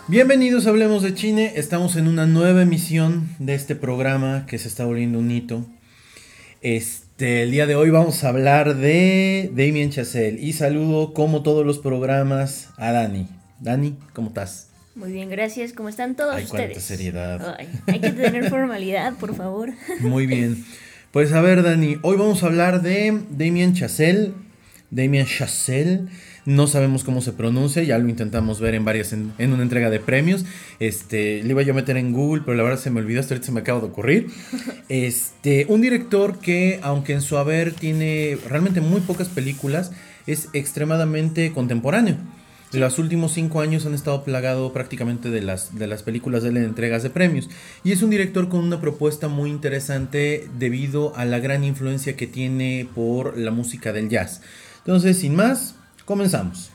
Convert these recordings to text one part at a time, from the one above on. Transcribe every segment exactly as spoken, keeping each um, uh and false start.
Bienvenidos a Hablemos de Cine. Estamos en una nueva emisión de este programa que se está volviendo un hito. Este, el día de hoy vamos a hablar de Damien Chazelle. Y saludo, como todos los programas, a Dani. Dani, ¿cómo estás? Muy bien, gracias. ¿Cómo están todos Ay, ustedes? cuánta seriedad. Ay, hay que tener formalidad, por favor. Muy bien. Pues a ver, Dani, hoy vamos a hablar de Damien Chazelle. Damien Chazelle. No sabemos cómo se pronuncia, ya lo intentamos ver en varias, en, en una entrega de premios. Este, le iba yo a meter en Google, pero la verdad se me olvidó, hasta ahorita se me acaba de ocurrir. Este, un director que, aunque en su haber tiene realmente muy pocas películas, es extremadamente contemporáneo. Sí. Los últimos cinco años han estado plagados prácticamente de las, de las películas de él en entregas de premios. Y es un director con una propuesta muy interesante debido a la gran influencia que tiene por la música del jazz. Entonces, sin más, comenzamos.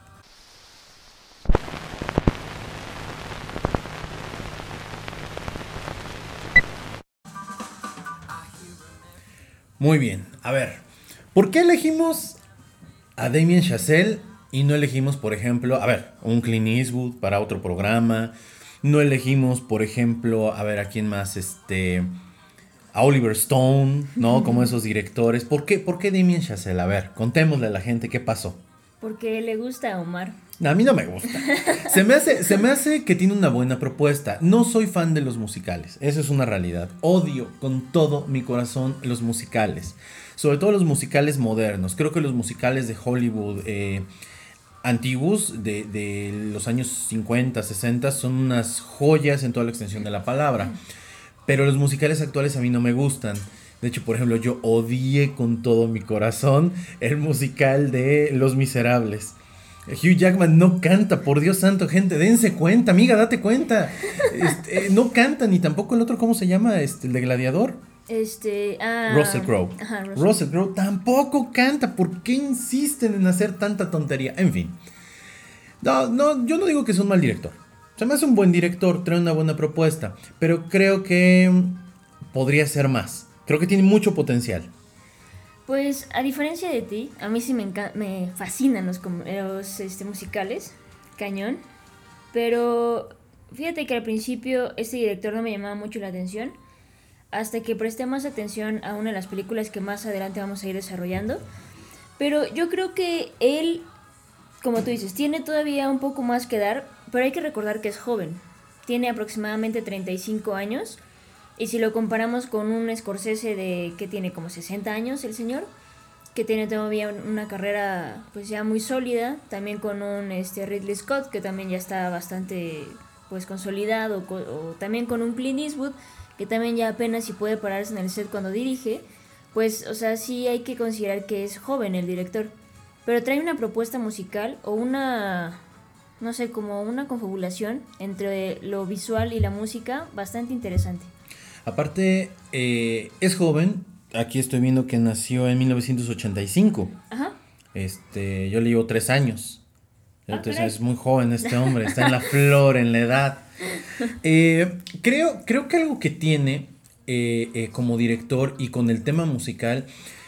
Muy bien, a ver, ¿por qué elegimos a Damien Chazelle y no elegimos, por ejemplo, a ver, un Clint Eastwood para otro programa? No elegimos, por ejemplo, a ver, ¿a quién más? Este, a Oliver Stone, ¿no? Como esos directores. ¿Por qué, por qué Damien Chazelle? A ver, contémosle a la gente qué pasó. Porque le gusta a Omar. No, a mí no me gusta. Se me hace, se me hace que tiene una buena propuesta. No soy fan de los musicales. Eso es una realidad. Odio con todo mi corazón los musicales. Sobre todo los musicales modernos. Creo que los musicales de Hollywood eh, antiguos, de, de los años cincuenta, sesenta, son unas joyas en toda la extensión de la palabra. Pero los musicales actuales a mí no me gustan. De hecho, por ejemplo, yo odié con todo mi corazón el musical de Los Miserables. Hugh Jackman no canta, por Dios santo, gente, dense cuenta, amiga, date cuenta. Este, eh, no canta, ni tampoco el otro, ¿cómo se llama? Este, el de Gladiador. Este, ah, Russell Crowe. Ajá, Russell. Russell Crowe tampoco canta. ¿Por qué insisten en hacer tanta tontería? En fin. No, no, yo no digo que es un mal director. Se me hace un buen director, trae una buena propuesta. Pero creo que podría ser más. Creo que tiene mucho potencial. Pues, a diferencia de ti, a mí sí me, enca- me fascinan los, com- los este, musicales, cañón. Pero fíjate que al principio este director no me llamaba mucho la atención, hasta que presté más atención a una de las películas que más adelante vamos a ir desarrollando. Pero yo creo que él, como tú dices, tiene todavía un poco más que dar, pero hay que recordar que es joven. Tiene aproximadamente treinta y cinco años. Y si lo comparamos con un Scorsese de que tiene como sesenta años el señor, que tiene todavía una carrera pues ya muy sólida, también con un este Ridley Scott que también ya está bastante pues consolidado, o, o también con un Clint Eastwood que también ya apenas si puede pararse en el set cuando dirige, pues o sea, sí hay que considerar que es joven el director, pero trae una propuesta musical o una, no sé, como una confabulación entre lo visual y la música bastante interesante. Aparte, eh, es joven. Aquí estoy viendo que nació en mil novecientos ochenta y cinco. Ajá. Este, yo le llevo tres años. Entonces Ah, es muy joven este hombre. Está en la flor, en la edad. Eh, creo, creo que algo que tiene eh, eh, como director y con el tema musical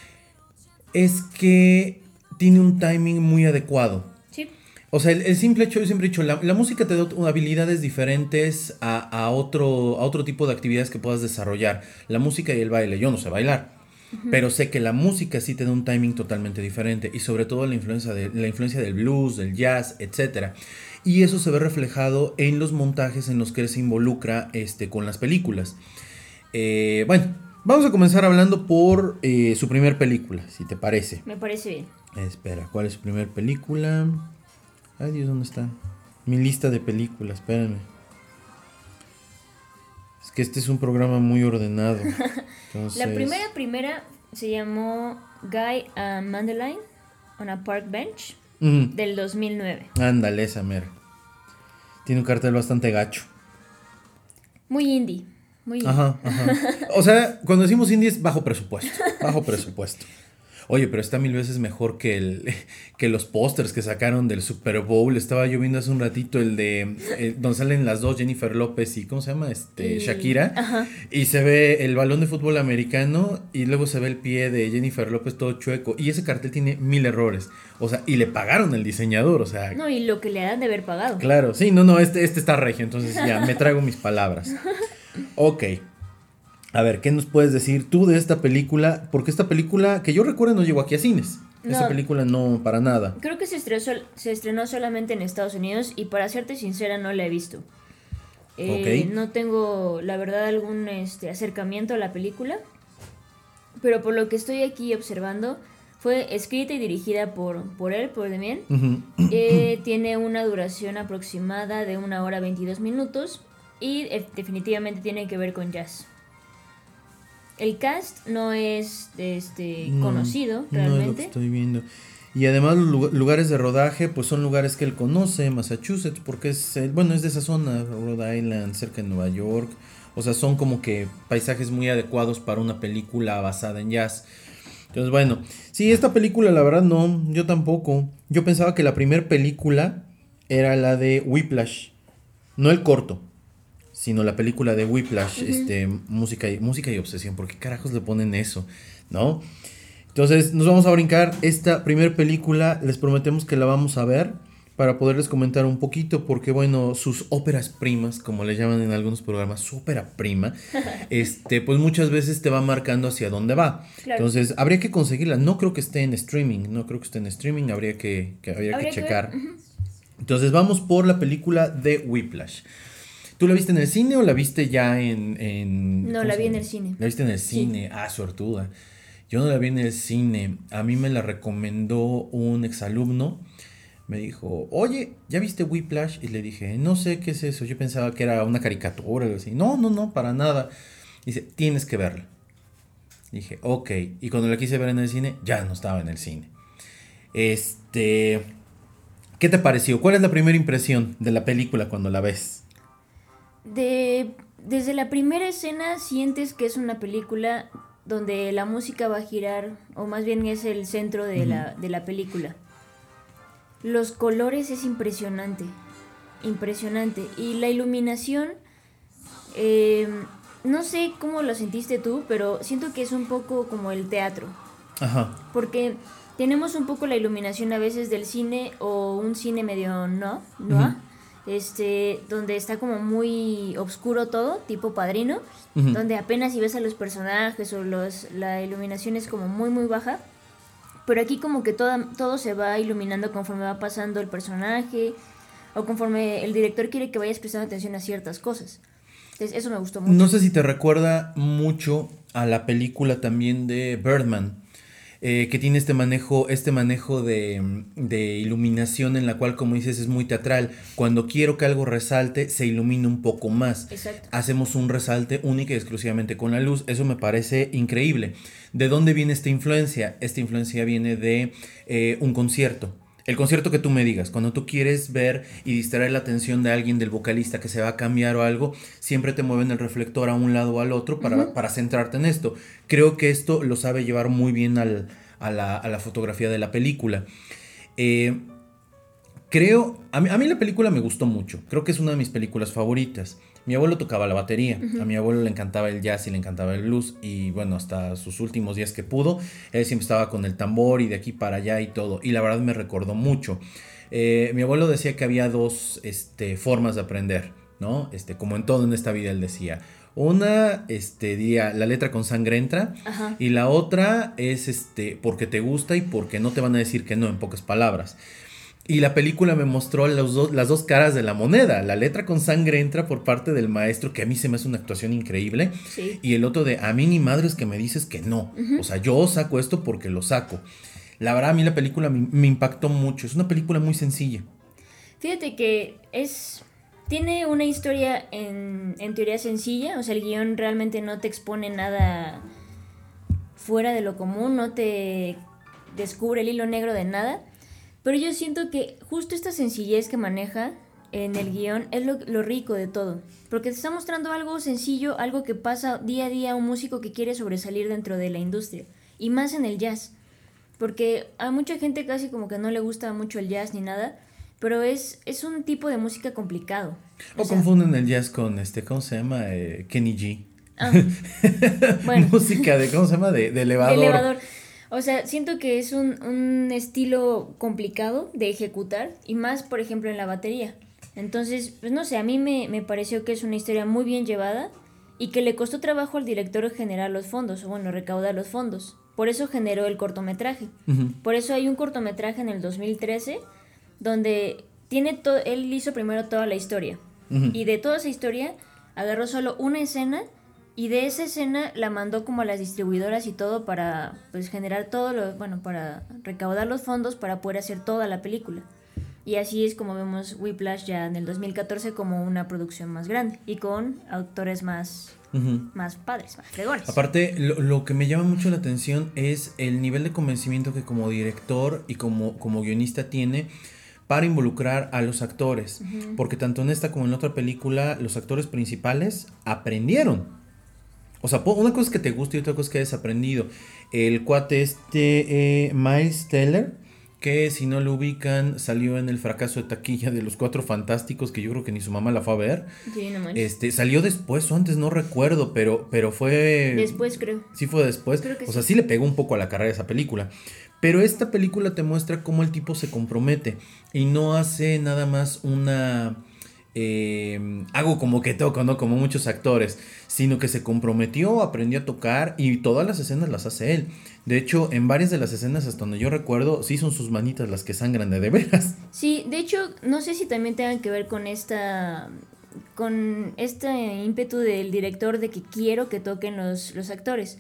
es que tiene un timing muy adecuado. Sí. O sea, el, el simple hecho, yo siempre he dicho, la, la música te da habilidades diferentes a, a, otro, a otro tipo de actividades que puedas desarrollar. La música y el baile, yo no sé bailar, uh-huh. Pero sé que la música sí te da un timing totalmente diferente. Y sobre todo la influencia, de, la influencia del blues, del jazz, etcétera. Y eso se ve reflejado en los montajes en los que él se involucra este, con las películas. Eh, bueno, vamos a comenzar hablando por eh, su primer película, si te parece. Me parece bien. Espera, ¿cuál es su primer película? Ay, Dios, ¿dónde está? Mi lista de películas, espérenme. Es que este es un programa muy ordenado. Entonces... La primera, primera se llamó Guy and Madeline on a Park Bench, uh-huh. Del dos mil nueve. Ándale, esa mera. Tiene un cartel bastante gacho. Muy indie. Muy indie. Ajá, ajá. O sea, cuando decimos indie es bajo presupuesto. Bajo presupuesto. Oye, pero está mil veces mejor que el que los pósters que sacaron del Super Bowl. Estaba yo viendo hace un ratito el de eh, donde salen las dos, Jennifer López y ¿cómo se llama? Este, Y... Shakira. Ajá. Y se ve el balón de fútbol americano y luego se ve el pie de Jennifer López todo chueco. Y ese cartel tiene mil errores. O sea, y le pagaron al diseñador, o sea. No, y lo que le han de haber pagado. Claro, sí, no, no, este, este está regio, entonces ya me traigo mis palabras. Ok. A ver, ¿qué nos puedes decir tú de esta película? Porque esta película, que yo recuerdo, no llegó aquí a cines. Esta No. película no, para nada. Creo que se estrenó, se estrenó solamente en Estados Unidos y para serte sincera no la he visto. Eh, Ok. No tengo, la verdad, algún este, acercamiento a la película, pero por lo que estoy aquí observando, fue escrita y dirigida por, por él, por Damien. Ujú. Eh, tiene una duración aproximada de una hora veintidós minutos y eh, definitivamente tiene que ver con jazz. El cast no es este, No, conocido no es lo que realmente. estoy viendo. Y además los lu- lugares de rodaje, pues son lugares que él conoce, Massachusetts, porque es, eh, bueno, es de esa zona, Rhode Island, cerca de Nueva York. O sea, son como que paisajes muy adecuados para una película basada en jazz. Entonces, bueno, sí, esta película, la verdad, no, yo tampoco. Yo pensaba que la primera película era la de Whiplash, no el corto, sino la película de Whiplash, este, música y, música y obsesión. ¿Por qué carajos le ponen eso? ¿No? Entonces, nos vamos a brincar esta primera película. Les prometemos que la vamos a ver para poderles comentar un poquito, porque bueno, sus óperas primas, como le llaman en algunos programas, su ópera prima, este, pues muchas veces te va marcando hacia dónde va. Claro. Entonces, habría que conseguirla. No creo que esté en streaming, no creo que esté en streaming, habría que, que habría Habría que que checar. ver, ujú. Entonces, vamos por la película de Whiplash. ¿Tú la viste en el cine o la viste ya en... en No, ¿cómo la se vi en llama? el cine. La viste en el Sí. cine, ah, suertuda. Yo no la vi en el cine, a mí me la recomendó un exalumno. Me dijo, oye, ¿ya viste Whiplash? Y le dije, no sé qué es eso, yo pensaba que era una caricatura o algo así. No, no, no, para nada. Dice, tienes que verla. Dije, ok. Y cuando la quise ver en el cine, ya no estaba en el cine. Este... ¿Qué te pareció? ¿Cuál es la primera impresión de la película cuando la ves? De, desde la primera escena sientes que es una película donde la música va a girar, o más bien es el centro de, Ujú. la, de la película. Los colores es impresionante, impresionante. Y la iluminación, eh, no sé cómo lo sentiste tú, pero siento que es un poco como el teatro. Ajá. Porque tenemos un poco la iluminación a veces del cine o un cine medio no, noir, este, donde está como muy oscuro todo, tipo Padrino, Ujú. donde apenas si ves a los personajes o los, la iluminación es como muy muy baja. Pero aquí como que toda, todo se va iluminando conforme va pasando el personaje o conforme el director quiere que vayas prestando atención a ciertas cosas. Entonces eso me gustó mucho. No sé si te recuerda mucho a la película también de Birdman, eh, que tiene este manejo, este manejo de, de iluminación en la cual, como dices, es muy teatral. Cuando quiero que algo resalte, se ilumina un poco más. Exacto. Hacemos un resalte única y exclusivamente con la luz. Eso me parece increíble. ¿De dónde viene esta influencia? Esta influencia viene de eh, un concierto. El concierto que tú me digas, cuando tú quieres ver y distraer la atención de alguien, del vocalista que se va a cambiar o algo, siempre te mueven el reflector a un lado o al otro para, Ujú. para centrarte en esto. Creo que esto lo sabe llevar muy bien al, a, la, a la fotografía de la película. Eh, creo, a mí, a mí la película me gustó mucho, creo que es una de mis películas favoritas. Mi abuelo tocaba la batería, Ujú. a mi abuelo le encantaba el jazz y le encantaba el blues y bueno, hasta sus últimos días que pudo, él siempre estaba con el tambor y de aquí para allá y todo, y la verdad me recordó mucho. Eh, mi abuelo decía que había dos este, formas de aprender, ¿no? Este, como en todo en esta vida él decía. Una, este, diría, la letra con sangre entra, Ajá. y la otra es este, porque te gusta y porque no te van a decir que no, en pocas palabras. Y la película me mostró los dos, las dos caras de la moneda. La letra con sangre entra por parte del maestro, que a mí se me hace una actuación increíble. Sí. Y el otro de, a mí ni madres que me dices que no. Ujú. O sea, yo saco esto porque lo saco. La verdad, a mí la película me, me impactó mucho. Es una película muy sencilla. Fíjate que es... Tiene una historia en, en teoría sencilla, o sea, el guión realmente no te expone nada fuera de lo común, no te descubre el hilo negro de nada, pero yo siento que justo esta sencillez que maneja en el guión es lo, lo rico de todo, porque te está mostrando algo sencillo, algo que pasa día a día a un músico que quiere sobresalir dentro de la industria, y más en el jazz. porque a mucha gente casi como que no le gusta mucho el jazz ni nada, pero es, es un tipo de música complicado. O, o sea, confunden el jazz con este, ¿cómo se llama? Eh, Kenny G. Ah, bueno. Música de, ¿cómo se llama? De, de elevador. De elevador. O sea, siento que es un, un estilo complicado de ejecutar y más, por ejemplo, en la batería. Entonces, pues no sé, a mí me, me pareció que es una historia muy bien llevada y que le costó trabajo al director generar los fondos, o bueno, recaudar los fondos. Por eso generó el cortometraje. Uh-huh. Por eso hay un cortometraje en el dos mil trece donde tiene todo, él hizo primero toda la historia. Uh-huh. Y de toda esa historia agarró solo una escena y de esa escena la mandó como a las distribuidoras y todo para pues generar todo lo, bueno, para recaudar los fondos para poder hacer toda la película. Y así es como vemos Whiplash ya en el dos mil catorce como una producción más grande y con autores más, uh-huh. más padres, más fregones. Aparte, lo, lo que me llama mucho la atención es el nivel de convencimiento que como director y como, como guionista tiene para involucrar a los actores. Uh-huh. Porque tanto en esta como en otra película, los actores principales aprendieron. O sea, una cosa es que te guste y otra cosa es que hayas aprendido. El cuate este, eh, Miles Teller, que si no lo ubican, salió en el fracaso de taquilla de Los Cuatro Fantásticos, que yo creo que ni su mamá la fue a ver. Sí, no manches. Este, salió después o antes, no recuerdo, pero, pero fue... Después, creo. Sí fue después. Creo que o sí. sea, sí le pegó un poco a la carrera esa película. Pero esta película te muestra cómo el tipo se compromete y no hace nada más una... Eh, hago como que toco, ¿no? Como muchos actores, sino que se comprometió, aprendió a tocar y todas las escenas las hace él. De hecho, en varias de las escenas, hasta donde yo recuerdo, sí son sus manitas las que sangran de de veras. Sí, de hecho, no sé si también tengan que ver con esta... con este ímpetu del director de que quiero que toquen los, los actores.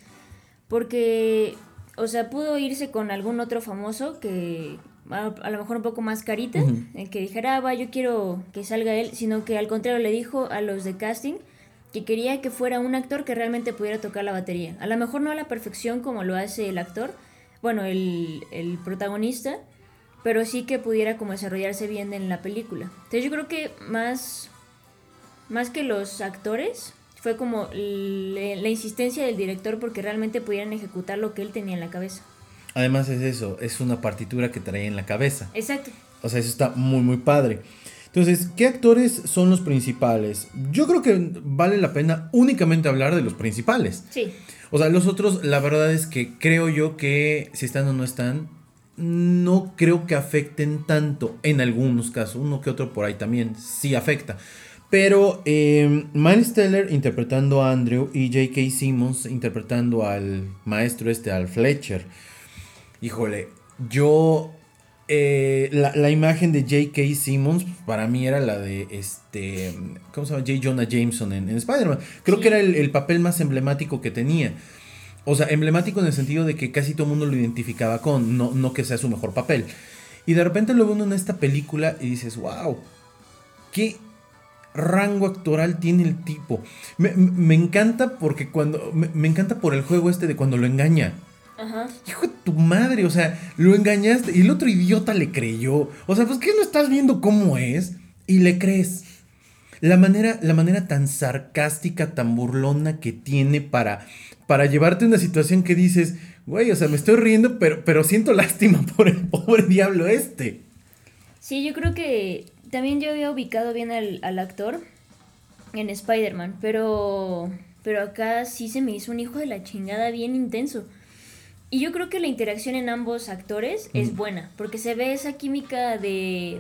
Porque, o sea, pudo irse con algún otro famoso que... A, a lo mejor un poco más carita, uh-huh. eh, que dijera, ah, va, yo quiero que salga él, sino que al contrario le dijo a los de casting que quería que fuera un actor que realmente pudiera tocar la batería. A lo mejor no a la perfección como lo hace el actor, bueno, el, el protagonista, pero sí que pudiera como desarrollarse bien en la película. Entonces yo creo que más, más que los actores, fue como le, la insistencia del director porque realmente pudieran ejecutar lo que él tenía en la cabeza. Además es eso, es una partitura que trae en la cabeza. Exacto. O sea, eso está muy, muy padre. Entonces, ¿qué actores son los principales? Yo creo que vale la pena únicamente hablar de los principales. Sí. O sea, los otros, la verdad es que creo yo que si están o no están, no creo que afecten tanto en algunos casos. Uno que otro por ahí también sí afecta. Pero eh, Miles Teller interpretando a Andrew y J K. Simmons interpretando al maestro este, al Fletcher. Híjole, yo, eh, la, la imagen de J K. Simmons para mí era la de, este, ¿cómo se llama? J. Jonah Jameson en, en Spider-Man. Creo sí. que era el, el papel más emblemático que tenía. O sea, emblemático en el sentido de que casi todo el mundo lo identificaba con, no, no que sea su mejor papel. Y de repente lo ve uno en esta película y dices, wow, qué rango actoral tiene el tipo. Me, me encanta porque cuando, me, me encanta por el juego este de cuando lo engaña. Ajá. Hijo de tu madre, o sea, lo engañaste y el otro idiota le creyó. O sea, pues ¿qué no estás viendo cómo es? Y le crees. La manera, la manera tan sarcástica, tan burlona que tiene para, para llevarte a una situación que dices, güey, o sea, me estoy riendo, pero, pero siento lástima por el pobre diablo este. Sí, yo creo que también yo había ubicado bien al, al actor en Spider-Man, pero, pero acá sí se me hizo un hijo de la chingada bien intenso. Y yo creo que la interacción en ambos actores uh-huh. es buena, porque se ve esa química de,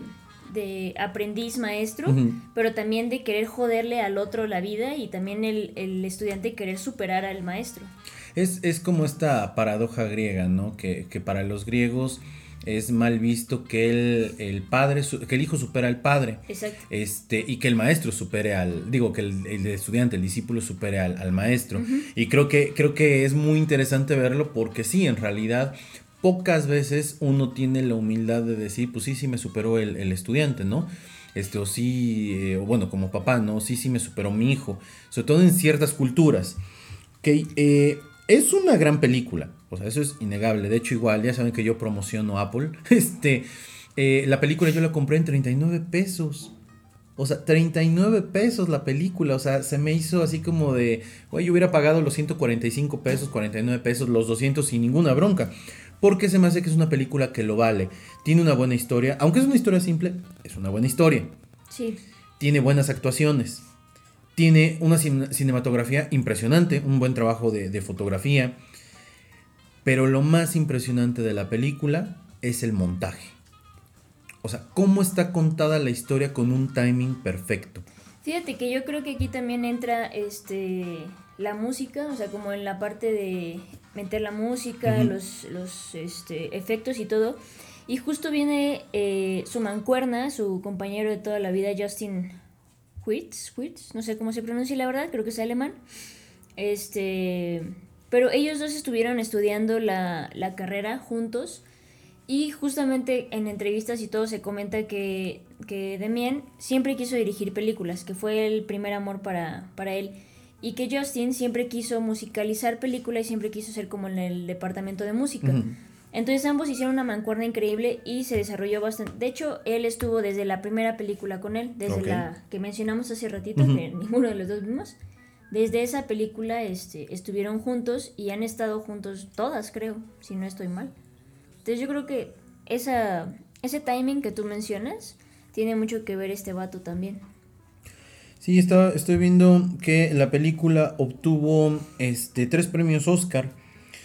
de aprendiz-maestro, uh-huh. pero también de querer joderle al otro la vida y también el, el estudiante querer superar al maestro. Es, es como esta paradoja griega, ¿no? Que, que para los griegos es mal visto que el, el padre, que el hijo supera al padre. Exacto. Este, y que el maestro supere al, digo, que el, el estudiante, el discípulo supere al, al maestro. Uh-huh. Y creo que, creo que es muy interesante verlo porque sí, en realidad, pocas veces uno tiene la humildad de decir, pues sí, sí me superó el, el estudiante, ¿no? Este, o sí, eh, o bueno, como papá, ¿no? Sí, sí me superó mi hijo. Sobre todo en ciertas culturas. Que eh, es una gran película. O sea, eso es innegable. De hecho, igual, ya saben que yo promociono Apple. Este, eh, la película yo la compré en treinta y nueve pesos. O sea, treinta y nueve pesos la película. O sea, se me hizo así como de, güey, yo hubiera pagado los ciento cuarenta y cinco pesos, cuarenta y nueve pesos, los doscientos sin ninguna bronca. porque se me hace que es una película que lo vale. Tiene una buena historia, aunque es una historia simple, es una buena historia. Sí. Tiene buenas actuaciones, tiene una cin- cinematografía impresionante, un buen trabajo de, de fotografía, pero lo más impresionante de la película es el montaje. O sea, cómo está contada la historia con un timing perfecto. Fíjate que yo creo que aquí también entra este la música, o sea, como en la parte de meter la música, uh-huh. los, los este, efectos y todo. Y justo viene eh, su mancuerna, su compañero de toda la vida, Justin Huitz, Huitz, no sé cómo se pronuncia la verdad, creo que es alemán. Este, pero ellos dos estuvieron estudiando la, la carrera juntos. Y justamente en entrevistas y todo se comenta que, que Damien siempre quiso dirigir películas, que fue el primer amor para, para él. Y que Justin siempre quiso musicalizar películas y siempre quiso ser como en el departamento de música. Uh-huh. Entonces ambos hicieron una mancuerna increíble y se desarrolló bastante. De hecho, él estuvo desde la primera película con él, desde okay. la que mencionamos hace ratito, uh-huh. que ninguno de los dos vimos. Desde esa película este, estuvieron juntos y han estado juntos todas, creo, si no estoy mal. Entonces yo creo que esa, ese timing que tú mencionas tiene mucho que ver este vato también. Sí, está, estoy viendo que la película obtuvo este, tres premios Oscar.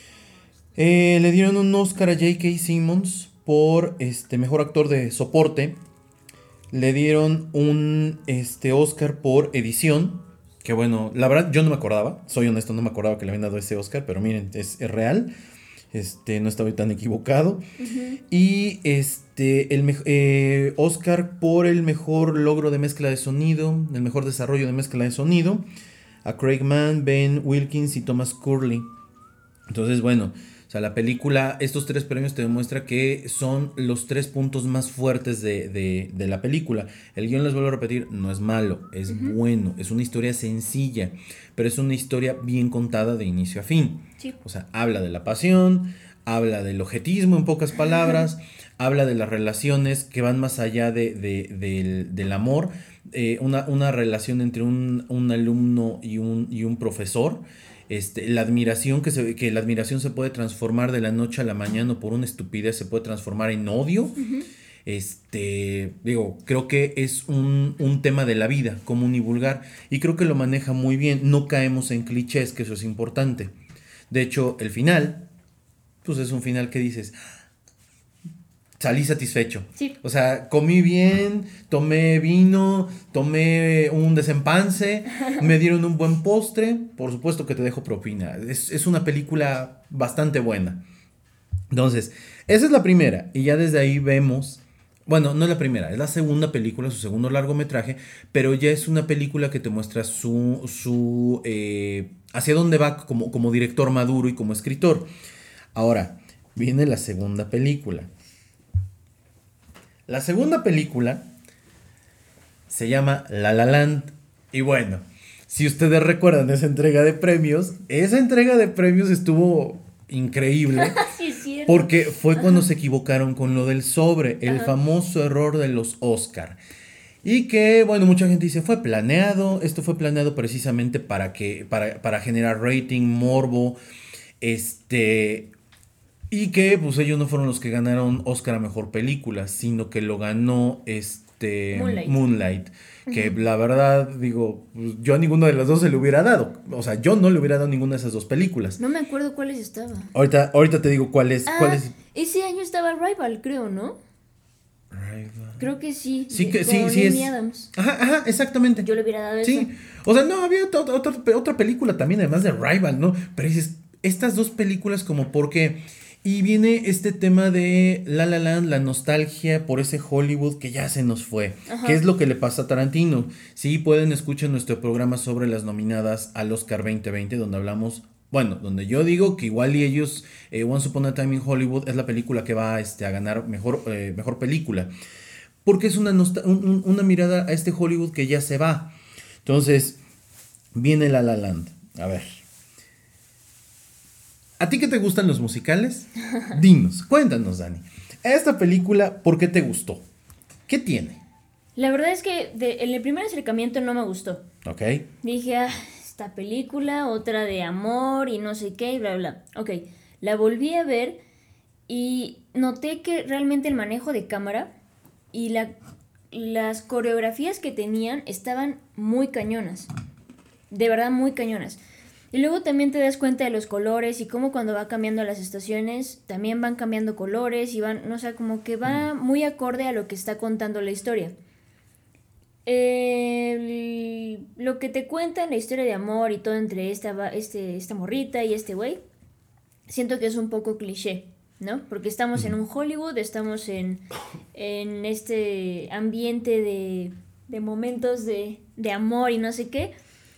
Eh, le dieron un Oscar a J K. Simmons por este, mejor actor de soporte. Le dieron un este, Oscar por edición. Que bueno, la verdad yo no me acordaba. Soy honesto, no me acordaba que le habían dado ese Oscar. Pero miren, es, es real. Este, no estaba tan equivocado. Uh-huh. Y este, el me- eh, Oscar por el mejor logro de mezcla de sonido, el mejor desarrollo de mezcla de sonido, a Craig Mann, Ben Wilkins y Thomas Curley. Entonces, bueno, o sea, la película, estos tres premios te demuestra que son los tres puntos más fuertes de, de, de la película. El guión, les vuelvo a repetir, no es malo, es uh-huh. bueno, es una historia sencilla, pero es una historia bien contada de inicio a fin. Sí. O sea, habla de la pasión, habla del objetismo en pocas palabras, habla de las relaciones que van más allá de, de, del, del amor, eh, una, una relación entre un, un alumno y un, y un profesor. Este, la admiración que, se, que la admiración se puede transformar de la noche a la mañana o por una estupidez se puede transformar en odio. Uh-huh. Este, digo, creo que es un, un tema de la vida, común y vulgar, y creo que lo maneja muy bien. No caemos en clichés, que eso es importante. De hecho, el final, pues es un final que dices, salí satisfecho. Sí. O sea, comí bien, tomé vino, tomé un desempance, me dieron un buen postre, por supuesto que te dejo propina. Es, es una película bastante buena. Entonces, esa es la primera, y ya desde ahí vemos, bueno, no es la primera, es la segunda película, su segundo largometraje, pero ya es una película que te muestra su, su eh, hacia dónde va como, como director maduro y como escritor. Ahora, viene la segunda película. La segunda película se llama La La Land. Y bueno, si ustedes recuerdan esa entrega de premios, esa entrega de premios estuvo increíble. Sí, es cierto. Porque fue Ajá. cuando se equivocaron con lo del sobre, el Ajá. famoso error de los Oscar. Y que, bueno, mucha gente dice, fue planeado. Esto fue planeado precisamente para, que, para, para generar rating, morbo. Este... Y que pues ellos no fueron los que ganaron Oscar a Mejor Película, sino que lo ganó este Moonlight, Moonlight que uh-huh. la verdad, digo, yo a ninguno de los dos se le hubiera dado. O sea, yo no le hubiera dado ninguna de esas dos películas. No me acuerdo cuáles estaba. Ahorita, ahorita te digo cuál es, ah, cuál es. Ese año estaba Rival, creo, ¿no? Rival. Creo que sí. Sí, que, con sí, sí Amy es. Adams. Ajá, ajá, exactamente. Yo le hubiera dado eso. Sí, o sea, no, había otra, otra, otra película también, además de Rival, ¿no? Pero dices, estas dos películas como porque... Y viene este tema de La La Land, la nostalgia por ese Hollywood que ya se nos fue. Ajá. ¿Qué es lo que le pasa a Tarantino? Sí, pueden escuchar nuestro programa sobre las nominadas al Oscar veinte veinte, donde hablamos, bueno, donde yo digo que igual y ellos, eh, Once Upon a Time in Hollywood es la película que va este, a ganar mejor, eh, mejor película. Porque es una, nostal- un, una mirada a este Hollywood que ya se va. Entonces, viene La La Land. A ver. ¿A ti qué te gustan los musicales? Dinos, cuéntanos, Dani. Esta película, ¿por qué te gustó? ¿Qué tiene? La verdad es que de, en el primer acercamiento no me gustó. Ok. Dije, ah, esta película, otra de amor y no sé qué y bla, bla. Ok, la volví a ver Y noté que realmente el manejo de cámara y la, las coreografías que tenían estaban muy cañonas. De verdad muy cañonas. Y luego también te das cuenta de los colores y cómo cuando va cambiando las estaciones también van cambiando colores y van, no sé, como que va muy acorde a lo que está contando la historia. El- lo que te cuentan, la historia de amor y todo entre esta, va- este, esta morrita y este güey, siento que es un poco cliché, ¿no? Porque estamos en un Hollywood, estamos en, en este ambiente de, de momentos de, de amor y no sé qué,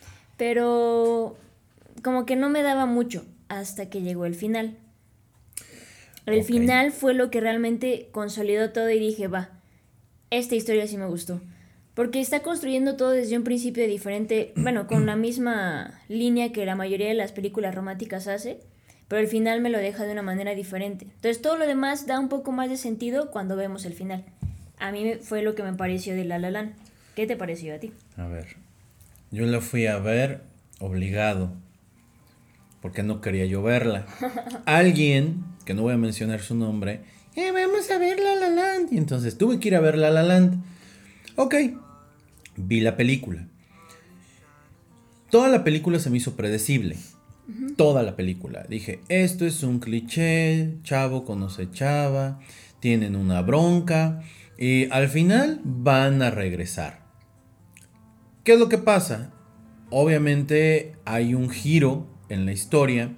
pero como que no me daba mucho hasta que llegó el final. El Ok. final fue lo que realmente consolidó todo y dije, va, esta historia sí me gustó. Porque está construyendo todo desde un principio diferente, bueno, con la misma línea que la mayoría de las películas románticas hace, pero el final me lo deja de una manera diferente. Entonces todo lo demás da un poco más de sentido cuando vemos el final. A mí me- fue lo que me pareció de La La Land. ¿Qué te pareció a ti? A ver, yo la fui a ver obligado, porque no quería yo verla. Alguien, que no voy a mencionar su nombre, eh, vamos a ver La La Land. Y entonces tuve que ir a ver La La Land. Ok, vi la película. Toda la película se me hizo predecible. Toda la película. Dije, esto es un cliché, chavo conoce chava, tienen una bronca y al final van a regresar. ¿Qué es lo que pasa? Obviamente hay un giro en la historia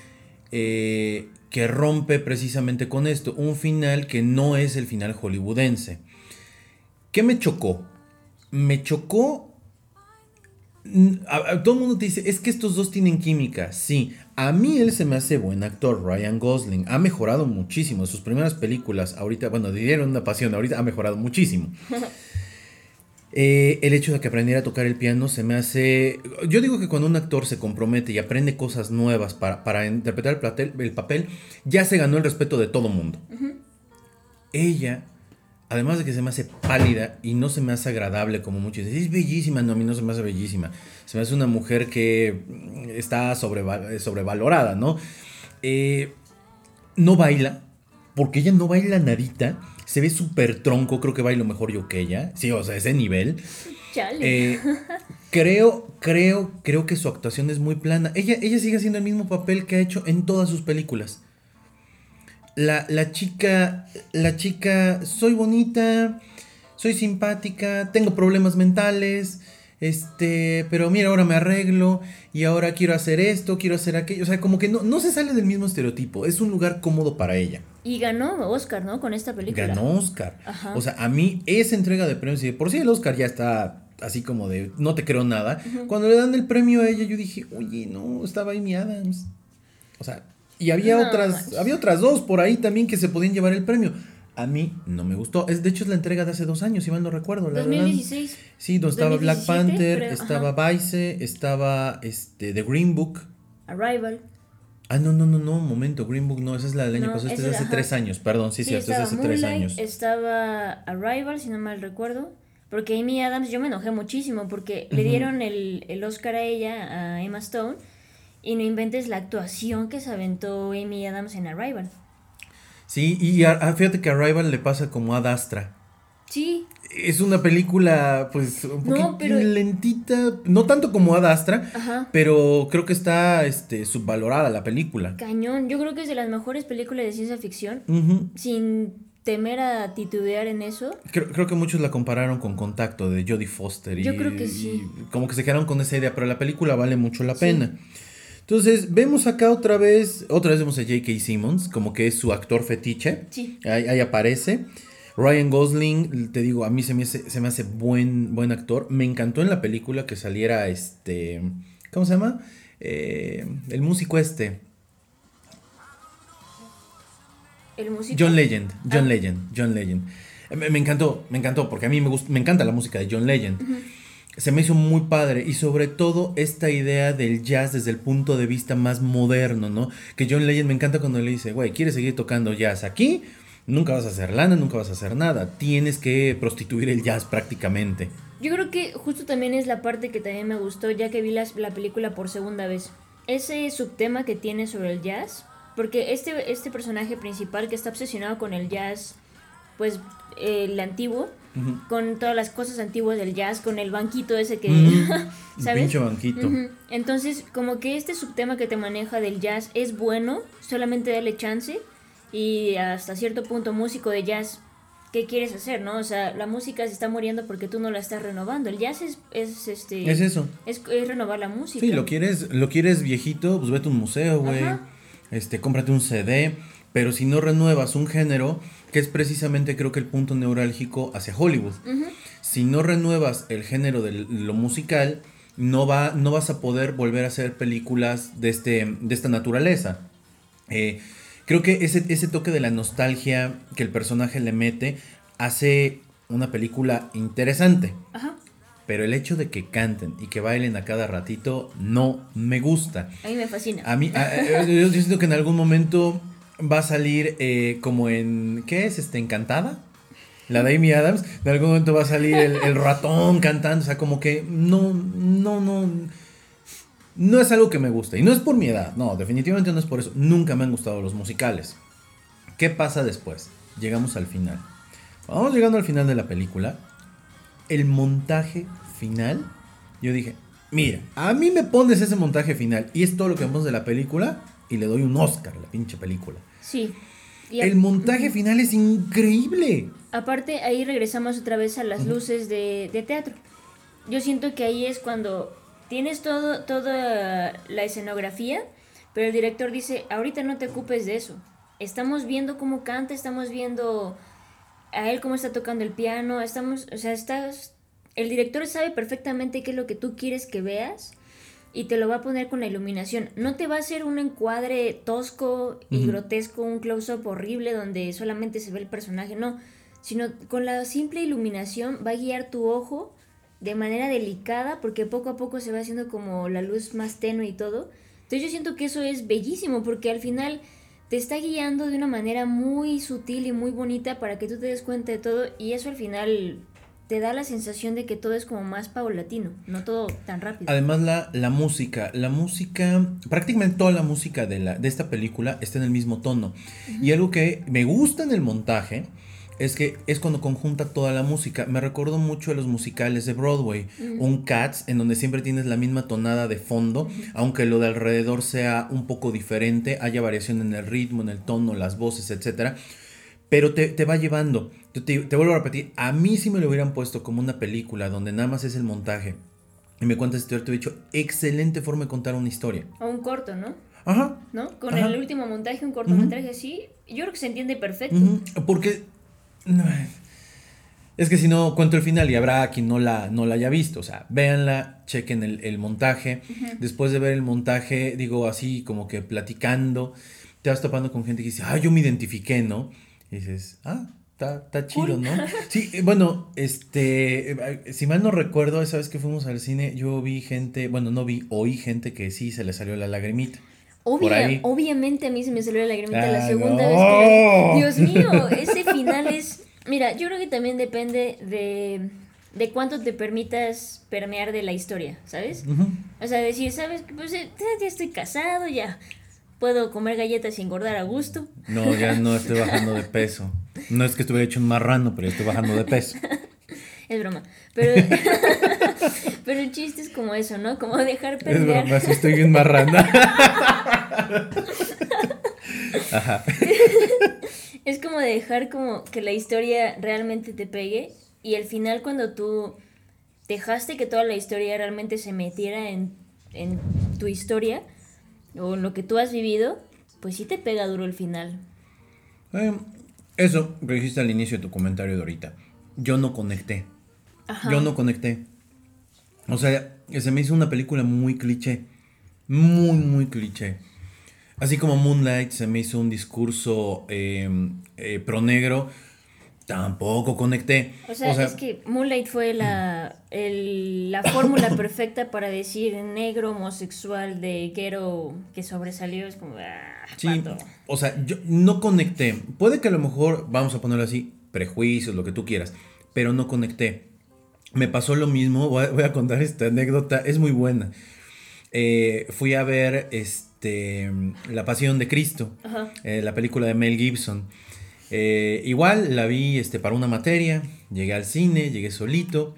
eh, que rompe precisamente con esto. Un final que no es el final hollywoodense. ¿Qué me chocó? Me chocó. mm, a- a- todo el mundo te dice, es que estos dos tienen química. Sí, a mí él se me hace buen actor, Ryan Gosling. Ha mejorado muchísimo. Sus primeras películas, ahorita, bueno, dieron una pasión, ahorita ha mejorado muchísimo. Eh, el hecho de que aprendiera a tocar el piano se me hace... Yo digo que cuando un actor se compromete y aprende cosas nuevas para, para interpretar el, platel- el papel, ya se ganó el respeto de todo mundo. Ella, además de que se me hace pálida y no se me hace agradable como muchos dicen, es bellísima, no, a mí no se me hace bellísima. Se me hace una mujer que mm, está sobreva- sobrevalorada, ¿no? Eh, no baila, porque ella no baila nadita. Se ve súper tronco, creo que bailo mejor yo que ella. Sí, o sea, ese nivel. Chale. Eh, creo, creo, creo que su actuación es muy plana. Ella, ella sigue haciendo el mismo papel que ha hecho en todas sus películas. La, la chica, la chica, soy bonita, soy simpática, tengo problemas mentales, este, pero mira, ahora me arreglo y ahora quiero hacer esto, quiero hacer aquello. O sea, como que no, no se sale del mismo estereotipo. Es un lugar cómodo para ella. Y ganó Oscar, ¿no? Con esta película. Ganó Oscar. Ajá. O sea, a mí esa entrega de premios, y de por sí el Oscar ya está así como de no te creo nada. Cuando le dan el premio a ella, yo dije, oye, no, estaba Amy Adams. O sea, y había No otras, manches. había otras dos por ahí también que se podían llevar el premio. A mí no me gustó. Es, de hecho, es la entrega de hace dos años, si mal no recuerdo. La dos mil dieciséis. verdad. Sí, donde estaba Black dos mil diecisiete, Panther, creo, estaba ajá. Vice, estaba este, The Green Book. Arrival. Ah, no, no, no, no, un momento, Green Book no, esa es la del año No, pasado, esta esa es es- hace ajá. tres años, perdón, sí, Sí, cierto, es estaba hace tres Moonlight, años. estaba Arrival, si no mal recuerdo. Porque Amy Adams, yo me enojé muchísimo porque le Ujú. dieron el, el Oscar a ella, a Emma Stone, y no inventes la actuación que se aventó Amy Adams en Arrival. Sí, y a- a- fíjate que a Arrival le pasa como a Ad Astra. Sí, Es una película, pues, un No, poquito pero- lentita, no tanto como Ad Astra, ajá. pero creo que está este, subvalorada la película. Cañón. Yo creo que es de las mejores películas de ciencia ficción, Ujú. sin temer a titubear en eso. Creo, creo que muchos la compararon con Contacto de Jodie Foster. Y, Yo creo que sí. y como que se quedaron con esa idea, pero la película vale mucho la Sí. pena. Entonces, vemos acá otra vez, otra vez vemos a J K. Simmons, como que es su actor fetiche. Sí. Ahí, ahí aparece. Ryan Gosling, te digo, a mí se me hace, se me hace buen, buen actor. Me encantó en la película que saliera este. ¿Cómo se llama? Eh, el músico este. El músico. John Legend. John Ah. Legend. John Legend. Eh, Me, me encantó, me encantó, porque a mí me, gusta, me encanta la música de John Legend. Se me hizo muy padre y sobre todo esta idea del jazz desde el punto de vista más moderno, ¿no? Que John Legend me encanta cuando le dice, güey, ¿quieres seguir tocando jazz aquí? Nunca vas a hacer lana, nunca vas a hacer nada. Tienes que prostituir el jazz prácticamente. Yo creo que justo también es la parte que también me gustó ya que vi las- la película por segunda vez. Ese subtema que tiene sobre el jazz Porque este, este personaje principal que está obsesionado con el jazz, pues el antiguo, uh-huh. con todas las cosas antiguas del jazz, con el banquito ese que, uh-huh. ¿sabes? Un pinche banquito. Uh-huh. Entonces, como que este subtema que te maneja del jazz es bueno, solamente dale chance, y hasta cierto punto músico de jazz, ¿qué quieres hacer, no? O sea, la música se está muriendo porque tú no la estás renovando. El jazz es, es este... Es eso. Es, es renovar la música. Sí, lo quieres, lo quieres viejito, pues vete a un museo, güey. Este, cómprate un C D. Pero si no renuevas un género, que es precisamente creo que el punto neurálgico hacia Hollywood. Uh-huh. Si no renuevas el género de lo musical, no, va, no vas a poder volver a hacer películas de, este, de esta naturaleza. Eh... Creo que ese, ese toque de la nostalgia que el personaje le mete hace una película interesante. Ajá. Pero el hecho de que canten y que bailen a cada ratito no me gusta. A mí me fascina. A mí, a, yo siento que en algún momento va a salir eh, como en... ¿Qué es? Este, ¿Encantada? La de Amy Adams. En algún momento va a salir el, el ratón cantando. O sea, como que no, no, no... No es algo que me guste. Y no es por mi edad. No, definitivamente no es por eso. Nunca me han gustado los musicales. ¿Qué pasa después? Llegamos al final. Vamos llegando al final de la película. El montaje final. Yo dije, mira, a mí me pones ese montaje final y es todo lo que vemos de la película y le doy un Oscar a la pinche película. Sí. Y el a... montaje final es increíble. Aparte, ahí regresamos otra vez a las uh-huh. luces de, de teatro. Yo siento que ahí es cuando... Tienes todo, toda la escenografía, pero el director dice, ahorita no te ocupes de eso. Estamos viendo cómo canta, estamos viendo a él cómo está tocando el piano, estamos, o sea, estás, el director sabe perfectamente qué es lo que tú quieres que veas y te lo va a poner con la iluminación. No te va a hacer un encuadre tosco y uh-huh. grotesco, un close-up horrible donde solamente se ve el personaje, no, sino con la simple iluminación va a guiar tu ojo de manera delicada, porque poco a poco se va haciendo como la luz más tenue y todo. Entonces yo siento que eso es bellísimo, porque al final te está guiando de una manera muy sutil y muy bonita para que tú te des cuenta de todo, y eso al final te da la sensación de que todo es como más paulatino, no todo tan rápido. Además la, la música, la música, prácticamente toda la música de, la, de esta película está en el mismo tono. Uh-huh. Y algo que me gusta en el montaje es que es cuando conjunta toda la música. Me recuerdo mucho a los musicales de Broadway. Uh-huh. Un Cats, en donde siempre tienes la misma tonada de fondo, uh-huh. aunque lo de alrededor sea un poco diferente, haya variación en el ritmo, en el tono, las voces, etcétera. Pero te, te va llevando. Te, te, te vuelvo a repetir, a mí si me lo hubieran puesto como una película donde nada más es el montaje y me cuentas historia, te he dicho, excelente forma de contar una historia. O un corto, ¿no? Ajá. ¿No? Con Ajá. el último montaje, un cortometraje uh-huh. así, yo creo que se entiende perfecto. Uh-huh. Porque... No, es que si no cuento el final y habrá quien no la, no la haya visto. O sea, véanla, chequen el, el montaje. Uh-huh. Después de ver el montaje, digo así como que platicando, te vas topando con gente que dice, ah, yo me identifiqué, ¿no? Y dices, ah, está, está chido, cool. ¿no? Sí, bueno, este, si mal no recuerdo, esa vez que fuimos al cine, yo vi gente, bueno, no vi, oí gente que sí se le salió la lagrimita. Obvia, obviamente a mí se me salió la lagrimita ah, la segunda no. vez que la... Dios mío, ese final es... Mira, yo creo que también depende de, de cuánto te permitas permear de la historia, ¿sabes? Uh-huh. O sea, decir, ¿sabes? Pues ya estoy casado, ya puedo comer galletas y engordar a gusto. No, ya no estoy bajando de peso. No es que estuviera hecho un marrano, pero estoy bajando de peso. Es broma, pero... Pero el chiste es como eso, ¿no? Como dejar permear. Es broma, si estoy bien marrana. Ajá. Es como dejar como que la historia realmente te pegue, y al final cuando tú dejaste que toda la historia realmente se metiera en, en tu historia o en lo que tú has vivido, pues sí te pega duro el final. Eh, eso que dijiste al inicio de tu comentario de ahorita. Yo no conecté. Ajá. Yo no conecté. O sea, se me hizo una película muy cliché. Muy, muy cliché. Así como Moonlight se me hizo un discurso eh, eh, pro negro, tampoco conecté. O sea, o sea es que Moonlight fue la, el, la fórmula perfecta para decir negro, homosexual, de ghetto, que sobresalió. Es como... Ah, sí, pato. O sea, yo no conecté. Puede que a lo mejor, vamos a ponerlo así, prejuicios, lo que tú quieras, pero no conecté. Me pasó lo mismo, voy a, voy a contar esta anécdota, es muy buena. eh, fui a ver este, La Pasión de Cristo, Ajá. eh, la película de Mel Gibson. Eh, igual la vi este, para una materia, llegué al cine, llegué solito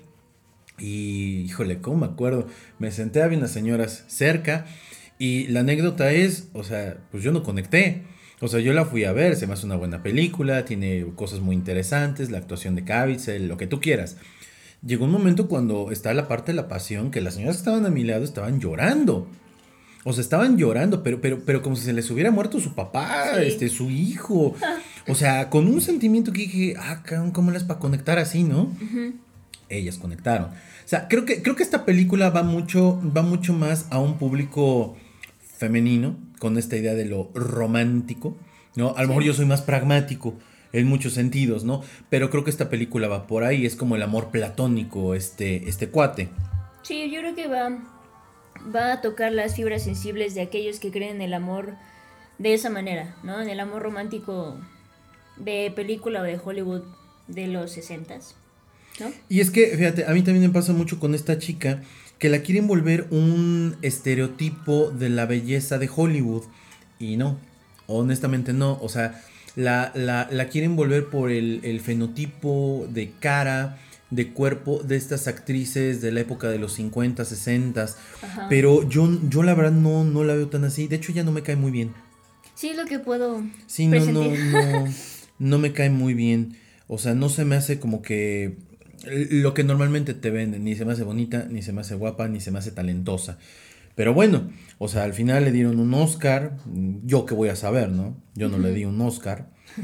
y híjole, ¿cómo me acuerdo? Me senté, había unas señoras cerca y la anécdota es, o sea, pues yo no conecté. O sea, yo la fui a ver, se me hace una buena película, tiene cosas muy interesantes, la actuación de Caviezel, lo que tú quieras. Llegó un momento cuando está la parte de la pasión que las señoras que estaban a mi lado estaban llorando. O sea, estaban llorando, pero, pero, pero como si se les hubiera muerto su papá, Sí. este, su hijo. O sea, con un sentimiento que dije, ah, cabrón, ¿cómo les para conectar así, no? Ujú. Ellas conectaron. O sea, creo que, creo que esta película va mucho, va mucho más a un público femenino, con esta idea de lo romántico, ¿no? A lo mejor Sí. yo soy más pragmático en muchos sentidos, ¿no? Pero creo que esta película va por ahí, es como el amor platónico, este, este cuate. Sí, yo creo que va, va a tocar las fibras sensibles de aquellos que creen en el amor de esa manera, ¿no? En el amor romántico de película o de Hollywood de los sesentas, ¿no? Y es que, fíjate, a mí también me pasa mucho con esta chica que la quieren volver un estereotipo de la belleza de Hollywood. Y no, honestamente no. O sea, la, la, la quieren volver por el, el fenotipo de cara, de cuerpo de estas actrices de la época de los cincuenta, sesenta. Ajá. Pero yo, yo la verdad no, no la veo tan así. De hecho, ya no me cae muy bien. Sí, es lo que puedo Sí, no, no, presentir. no, no me cae muy bien. O sea, no se me hace como que lo que normalmente te venden. Ni se me hace bonita, ni se me hace guapa, ni se me hace talentosa. Pero bueno, o sea, al final le dieron un Oscar. Yo qué voy a saber, ¿no? Yo no le di un Oscar.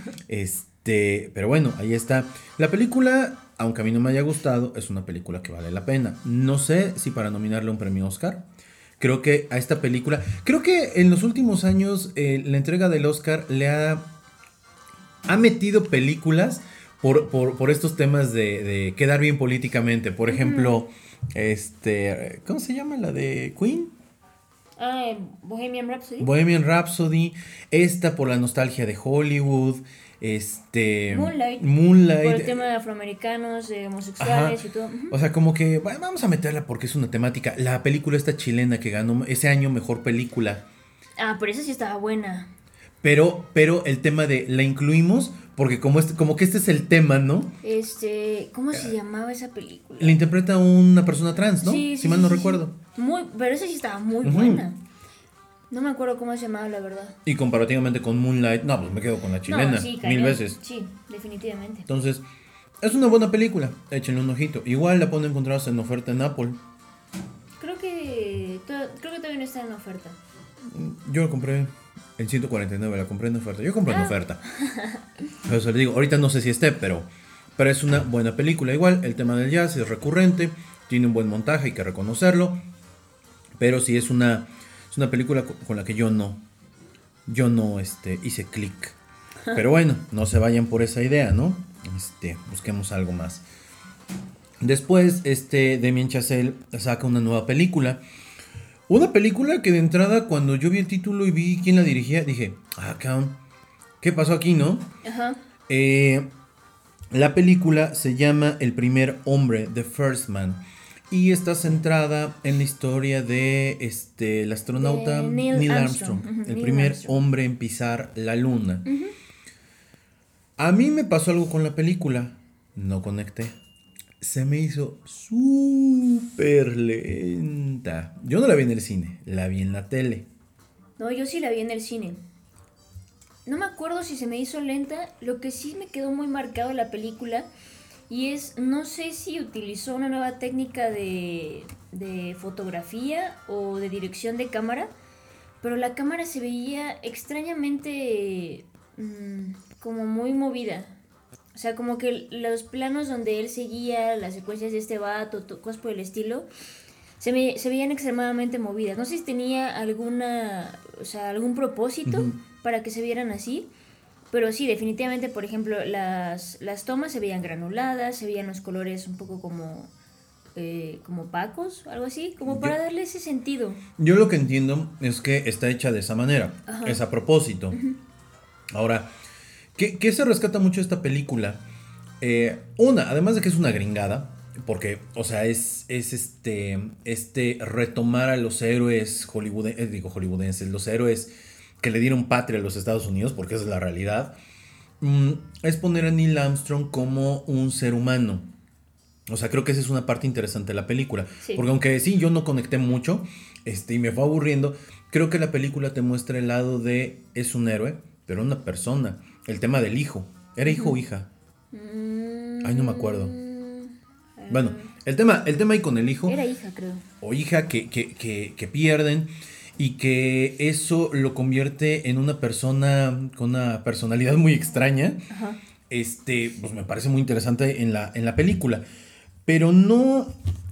Este, pero bueno, ahí está. La película, aunque a mí no me haya gustado, es una película que vale la pena. No sé si para nominarle un premio Oscar. Creo que a esta película, creo que en los últimos años eh, la entrega del Oscar le ha, ha metido películas por, por, por estos temas de, de quedar bien políticamente. Por ejemplo, este, ¿cómo se llama la de Queen? Ah, eh, Bohemian Rhapsody. Bohemian Rhapsody, esta por la nostalgia de Hollywood, este Moonlight. Moonlight. Por el tema de afroamericanos, de homosexuales Ajá. y todo. Ujú. O sea, como que bueno, vamos a meterla porque es una temática. La película esta chilena que ganó ese año mejor película. Ah, pero esa sí estaba buena. Pero, pero el tema de la incluimos porque como este, como que este es el tema, ¿no? Este, ¿cómo se llamaba esa película? La interpreta una persona trans, ¿no? Sí, sí, si mal sí, no sí, recuerdo. sí. Muy, pero esa sí estaba muy Ujú. buena. No me acuerdo cómo se llamaba, la verdad. Y comparativamente con Moonlight, no, pues me quedo con la chilena No, sí, mil cañón. veces. Sí, definitivamente. Entonces, es una buena película. Échenle un ojito. Igual la pueden encontrar en oferta en Apple. Creo que to- creo que todavía no está en oferta. Yo la compré en ciento cuarenta y nueve, la compré en oferta. Yo compré en Ah. oferta. Pero se lo digo, ahorita no sé si esté, pero, pero es una buena película. Igual, el tema del jazz es recurrente, tiene un buen montaje, hay que reconocerlo. Pero sí es una, es una película con, con la que yo no, yo no este, hice clic. Pero bueno, no se vayan por esa idea, ¿no? Este, busquemos algo más. Después, este, Damien Chazelle saca una nueva película. Una película que de entrada, cuando yo vi el título y vi quién la dirigía, dije, ah, cabrón, ¿qué pasó aquí, no? Ajá. Eh, la película se llama El primer hombre, The First Man. Y está centrada en la historia de este, el astronauta De Neil Neil, Armstrong. Armstrong, Ujú, el Neil primer Armstrong. hombre en pisar la luna. Ujú. A mí me pasó algo con la película, no conecté. Se me hizo súper lenta. Yo no la vi en el cine, la vi en la tele. No, yo sí la vi en el cine. No me acuerdo si se me hizo lenta. Lo que sí me quedó muy marcado en la película. Y es, no sé si utilizó una nueva técnica de, de fotografía o de dirección de cámara. Pero la cámara se veía extrañamente mmm, como muy movida. O sea, como que los planos donde él seguía, las secuencias de este vato, to- cosas por el estilo, se, me, se veían extremadamente movidas. No sé si tenía alguna, o sea, algún propósito Ujú. para que se vieran así. Pero sí, definitivamente, por ejemplo, las, las tomas se veían granuladas, se veían los colores un poco como, eh, como opacos, algo así, como para Yo- darle ese sentido. Yo lo que entiendo es que está hecha de esa manera, Ajá. es a propósito. Ahora, ¿qué, qué se rescata mucho de esta película? Eh, una, además de que es una gringada, porque, o sea, es, es este, este retomar a los héroes hollywoodenses, digo hollywoodenses, los héroes que le dieron patria a los Estados Unidos, porque esa es la realidad, mm, es poner a Neil Armstrong como un ser humano. O sea, creo que esa es una parte interesante de la película. Sí. Porque aunque sí, yo no conecté mucho, este, y me fue aburriendo, creo que la película te muestra el lado de es un héroe, pero una persona. El tema del hijo. ¿Era hijo o hija? Mm, Ay, no me acuerdo. eh, Bueno, el tema, el tema ahí con el hijo Era hija, creo. o hija que, que, que, que pierden y que eso lo convierte en una persona con una personalidad muy extraña. Ajá. Este, pues me parece muy interesante en la, en la película. Pero no,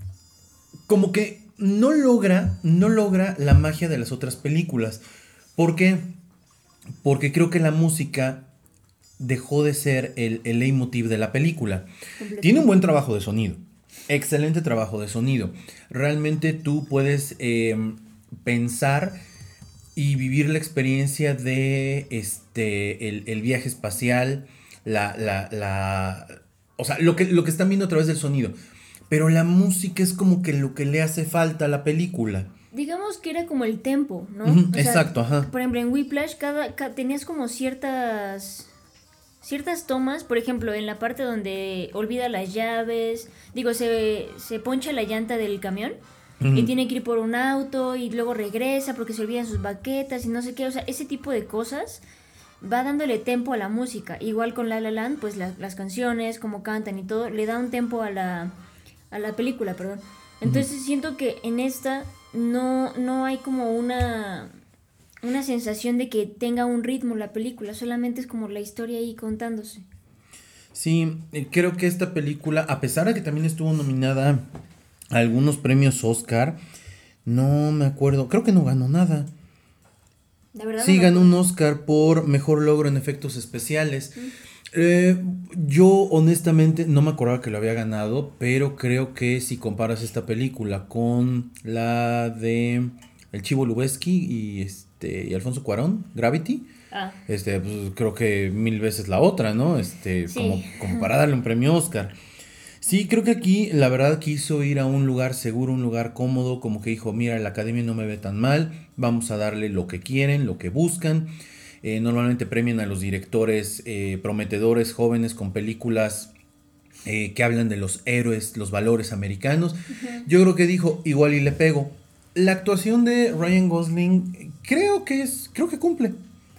como que no logra, no logra la magia de las otras películas. ¿Por qué? Porque creo que la música dejó de ser el, el leitmotiv de la película. Tiene un buen trabajo de sonido. Excelente trabajo de sonido. Realmente tú puedes eh, pensar y vivir la experiencia de este el, el viaje espacial, la, la, la, o sea, lo que, lo que están viendo a través del sonido. Pero la música es como que lo que le hace falta a la película. Digamos que era como el tempo, ¿no? Ujú, O sea, exacto, ajá. por ejemplo, en Whiplash cada, ca- tenías como ciertas ciertas tomas, por ejemplo, en la parte donde olvida las llaves, digo, se, se poncha la llanta del camión y Ujú. tiene que ir por un auto y luego regresa porque se olvidan sus baquetas y no sé qué, o sea, ese tipo de cosas va dándole tempo a la música. Igual con La La Land, pues la- las canciones, cómo cantan y todo, le da un tempo a la, a la película, perdón. Entonces siento que en esta no, no hay como una, una sensación de que tenga un ritmo la película, solamente es como la historia ahí contándose. Sí, eh, creo que esta película, a pesar de que también estuvo nominada a algunos premios Oscar, no me acuerdo, creo que no ganó nada. La verdad no Sí, me ganó un acuerdo. Oscar por mejor logro en efectos especiales. Eh, yo honestamente no me acordaba que lo había ganado, pero creo que si comparas esta película con la de El Chivo Lubeski y este y Alfonso Cuarón, Gravity, Ah, este pues, creo que mil veces la otra, ¿no? Este sí. como como para darle un premio Oscar. Sí, creo que aquí la verdad quiso ir a un lugar seguro, un lugar cómodo, como que dijo, mira, la academia no me ve tan mal, vamos a darle lo que quieren, lo que buscan. Eh, normalmente premian a los directores eh, prometedores, jóvenes, con películas eh, que hablan de los héroes, los valores americanos. Ujú. Yo creo que dijo, igual y le pego. La actuación de Ryan Gosling eh, creo que es, creo que cumple.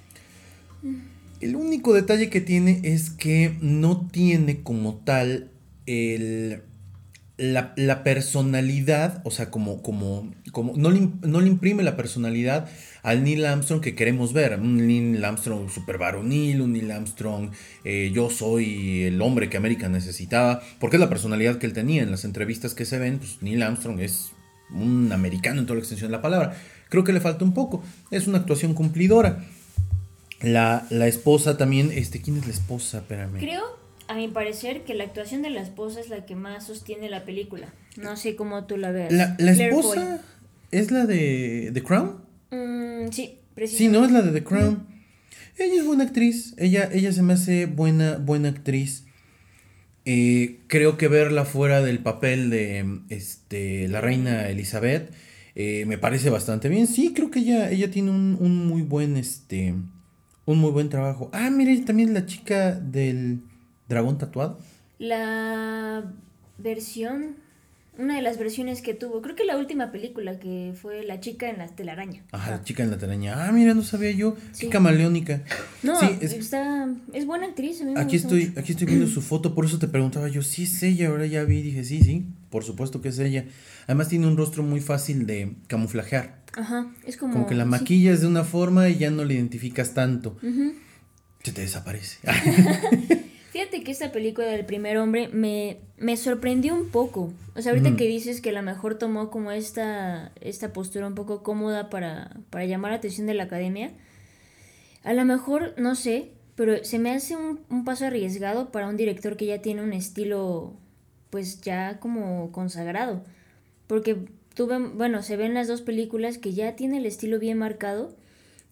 El único detalle que tiene es que no tiene como tal el, la, la personalidad, o sea, como, como, como no, le, im- no le imprime la personalidad al Neil Armstrong que queremos ver. Un Neil Armstrong super varonil, un Neil Armstrong, eh, yo soy el hombre que América necesitaba, porque es la personalidad que él tenía en las entrevistas que se ven, pues Neil Armstrong es un americano en toda la extensión de la palabra. Creo que le falta un poco, es una actuación cumplidora. La, la esposa también, este, ¿quién es la esposa? Espérame. Creo, a mi parecer, que la actuación de la esposa es la que más sostiene la película. No sé cómo tú la veas. La, la Claire Foy. esposa es la de The Crown. Mm, sí, Sí, no es precisamente. la de The Crown. Ella es buena actriz. Ella, ella se me hace buena, buena actriz. Eh, creo que verla fuera del papel de este, la reina Elizabeth eh, me parece bastante bien. Sí, creo que ella, ella tiene un, un muy buen este, un muy buen trabajo. Ah, mire, ella también es la chica del dragón tatuado. La versión, una de las versiones que tuvo, creo que la última película que fue La chica en la telaraña. Ajá, la Ajá. chica en la telaraña. Ah, mira, no sabía yo. Qué Sí. camaleónica. No, Sí, es, está, es buena actriz, a mí me aquí gusta estoy, mucho. aquí estoy viendo su foto, por eso te preguntaba yo, sí es ella, ahora ya vi, dije, sí, sí, por supuesto que es ella. Además tiene un rostro muy fácil de camuflajear. Ajá, es Como que la como, sí. maquillas de una forma y ya no la identificas tanto. Ujú. Se te desaparece. Fíjate que esta película del primer hombre me, me sorprendió un poco. O sea, ahorita Ujú. que dices que a lo mejor tomó como esta, esta postura un poco cómoda para, para llamar la atención de la academia, a lo mejor, no sé, pero se me hace un, un paso arriesgado para un director que ya tiene un estilo, pues ya como consagrado. Porque tuve, bueno, se ven las dos películas que ya tiene el estilo bien marcado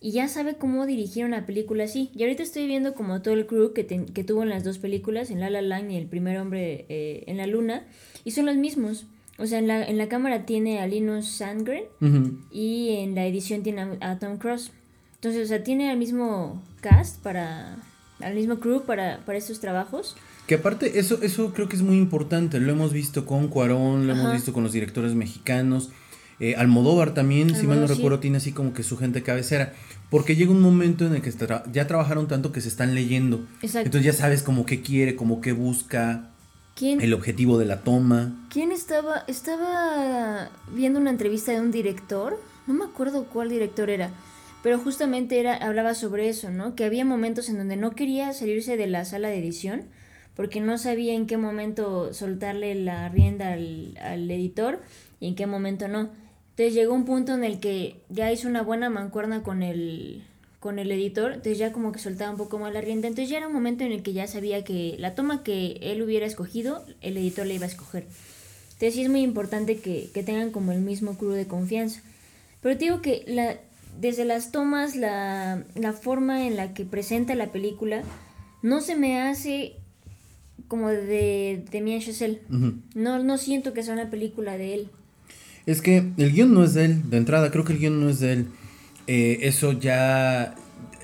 y ya sabe cómo dirigir una película así. Y ahorita estoy viendo como todo el crew que, te, que tuvo en las dos películas, en La La Land y El primer hombre eh, en la luna, y son los mismos. O sea, en la, en la cámara tiene a Linus Sandgren uh-huh. y en la edición tiene a, a Tom Cruise. Entonces, o sea, tiene al mismo cast para... al mismo crew para, para estos trabajos. Que aparte, eso, eso creo que es muy importante. Lo hemos visto con Cuarón, lo Ajá. hemos visto con los directores mexicanos. Eh, Almodóvar también, Almodóvar, si mal no sí. recuerdo, tiene así como que su gente de cabecera. Porque llega un momento en el que tra- ya trabajaron tanto que se están leyendo. Exacto. Entonces ya sabes como qué quiere, como qué busca. ¿Quién? El objetivo de la toma. ¿Quién estaba? Estaba viendo una entrevista de un director. No me acuerdo cuál director era. Pero justamente era, hablaba sobre eso, ¿no? Que había momentos en donde no quería salirse de la sala de edición porque no sabía en qué momento soltarle la rienda al, al editor y en qué momento no. Entonces llegó un punto en el que ya hizo una buena mancuerna con el, con el editor, entonces ya como que soltaba un poco más la rienda. Entonces ya era un momento en el que ya sabía que la toma que él hubiera escogido, el editor le iba a escoger. Entonces sí es muy importante que, que tengan como el mismo crew de confianza. Pero te digo que la... desde las tomas, la, la forma en la que presenta la película, no se me hace como de Damien Chazelle. Uh-huh. No, no siento que sea una película de él. Es que el guión no es de él, de entrada, creo que el guión no es de él. Eh, eso ya,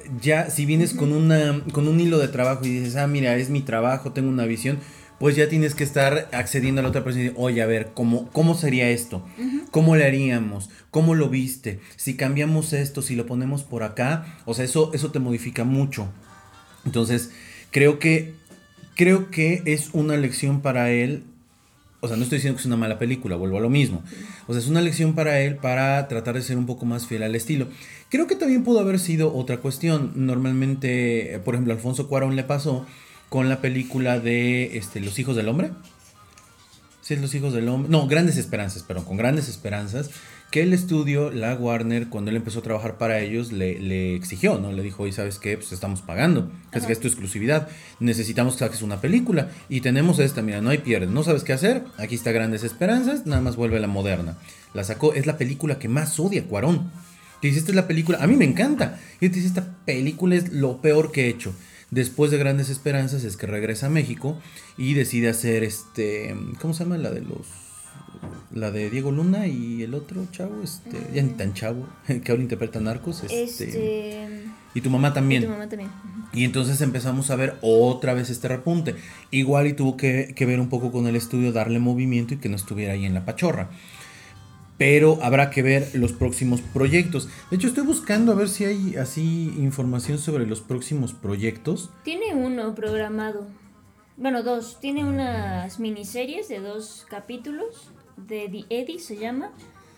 ya si vienes uh-huh. con, una, con un hilo de trabajo y dices, ah, mira, es mi trabajo, tengo una visión, pues ya tienes que estar accediendo a la otra persona y decir, oye, a ver, ¿cómo, cómo sería esto? Uh-huh. ¿Cómo le haríamos? ¿Cómo lo viste? Si cambiamos esto, si lo ponemos por acá, o sea, eso, eso te modifica mucho. Entonces, creo que, creo que es una lección para él. O sea, no estoy diciendo que es una mala película, vuelvo a lo mismo. O sea, es una lección para él para tratar de ser un poco más fiel al estilo. Creo que también pudo haber sido otra cuestión. Normalmente, por ejemplo, a Alfonso Cuarón le pasó con la película de este, Los Hijos del Hombre. Sí, Los Hijos del Hombre. No, Grandes Esperanzas, perdón, con Grandes Esperanzas. Que el estudio, la Warner, cuando él empezó a trabajar para ellos, le, le exigió, ¿no? Le dijo, oye, ¿sabes qué? Pues estamos pagando. Es que es tu exclusividad. Necesitamos que saques una película. Y tenemos esta, mira, no hay pierde. ¿No sabes qué hacer? Aquí está Grandes Esperanzas, nada más vuelve a la moderna. La sacó, es la película que más odia Cuarón. Te dice, esta es la película, a mí me encanta. Y te dice, esta película es lo peor que he hecho. Después de Grandes Esperanzas es que regresa a México y decide hacer este, ¿cómo se llama? La de los, la de Diego Luna y el otro chavo, este, ya ni tan chavo, que ahora interpreta Narcos, este, este... y tu mamá también. Y tu mamá también. Y entonces empezamos a ver otra vez este repunte. Igual y tuvo que, que ver un poco con el estudio, darle movimiento y que no estuviera ahí en la pachorra. Pero habrá que ver los próximos proyectos. De hecho, estoy buscando a ver si hay así información sobre los próximos proyectos. Tiene uno programado. Bueno, dos. Tiene unas miniseries de dos capítulos. De The Eddie se llama.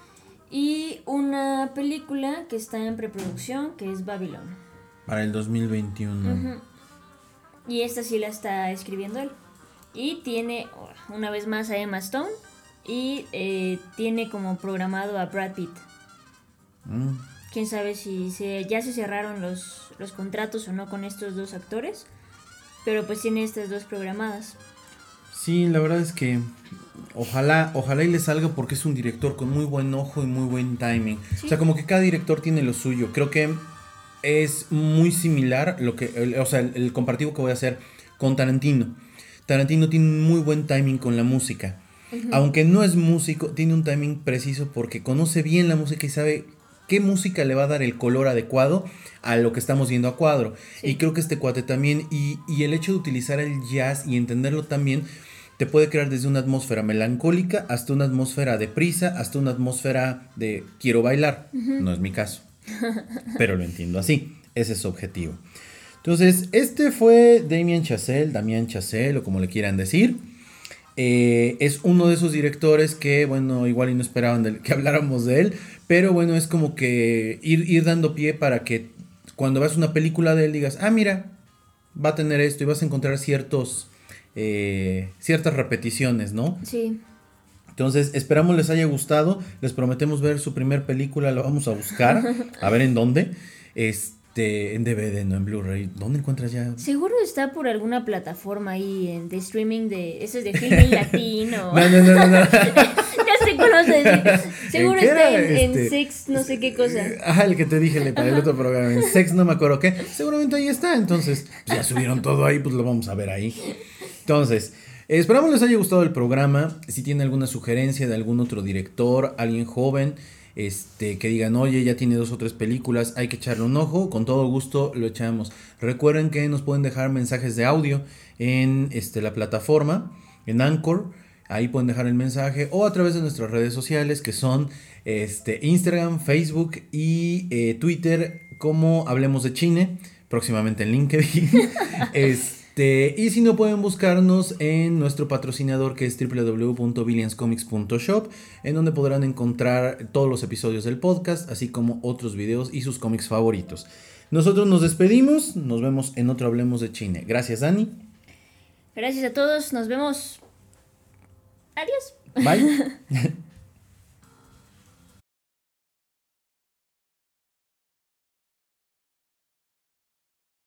Y una película que está en preproducción, que es Babylon. Para el dos mil veintiuno. Uh-huh. Y esta sí la está escribiendo él. Y tiene, una vez más, a Emma Stone. Y eh, tiene como programado a Brad Pitt. Mm. Quién sabe si se, ya se cerraron los, los contratos o no con estos dos actores. Pero pues tiene estas dos programadas. Sí, la verdad es que ojalá, ojalá y le salga, porque es un director con muy buen ojo y muy buen timing. Sí. O sea, como que cada director tiene lo suyo. Creo que es muy similar lo que, el, o sea, el, el comparativo que voy a hacer con Tarantino. Tarantino tiene un muy buen timing con la música. Uh-huh. Aunque no es músico, tiene un timing preciso porque conoce bien la música y sabe qué música le va a dar el color adecuado a lo que estamos viendo a cuadro. Sí. Y creo que este cuate también, y, y el hecho de utilizar el jazz y entenderlo también, te puede crear desde una atmósfera melancólica hasta una atmósfera de prisa, hasta una atmósfera de quiero bailar. Uh-huh. No es mi caso, pero lo entiendo así. Ese es su objetivo. Entonces, este fue Damien Chazelle, Damien Chazelle, o como le quieran decir. Eh, es uno de esos directores que, bueno, igual y no esperaban de, que habláramos de él, pero bueno, es como que ir, ir dando pie para que cuando veas una película de él digas, ah, mira, va a tener esto y vas a encontrar ciertos, eh, ciertas repeticiones, ¿no? Sí. Entonces, esperamos les haya gustado, les prometemos ver su primer película, la vamos a buscar, a ver en dónde, este. De, en D V D, no en Blu-ray. ¿Dónde encuentras ya? Seguro está por alguna plataforma ahí en, de streaming de... Eso es de Filmin Latino. No, no, no, no, no. Ya sé cuál vas a decir? Seguro ¿Qué está era? en, en Este, sex, no sé qué cosa. Ah, el que te dije le- para el otro programa, en sex no me acuerdo qué. Seguramente ahí está, entonces pues ya subieron todo ahí, pues lo vamos a ver ahí. Entonces, eh, esperamos les haya gustado el programa. Si tienen alguna sugerencia de algún otro director, alguien joven, este, que digan, oye, ya tiene dos o tres películas, hay que echarle un ojo, con todo gusto lo echamos. Recuerden que nos pueden dejar mensajes de audio en este, la plataforma, en Anchor. Ahí pueden dejar el mensaje o a través de nuestras redes sociales que son este, Instagram, Facebook y eh, Twitter como Hablemos de Chine, próximamente en LinkedIn. este, y si no, pueden buscarnos en nuestro patrocinador que es w w w punto billions comics punto shop, en donde podrán encontrar todos los episodios del podcast, así como otros videos y sus cómics favoritos. Nosotros nos despedimos, nos vemos en otro Hablemos de Chine. Gracias, Dani. Gracias a todos, nos vemos. Adiós. Bye.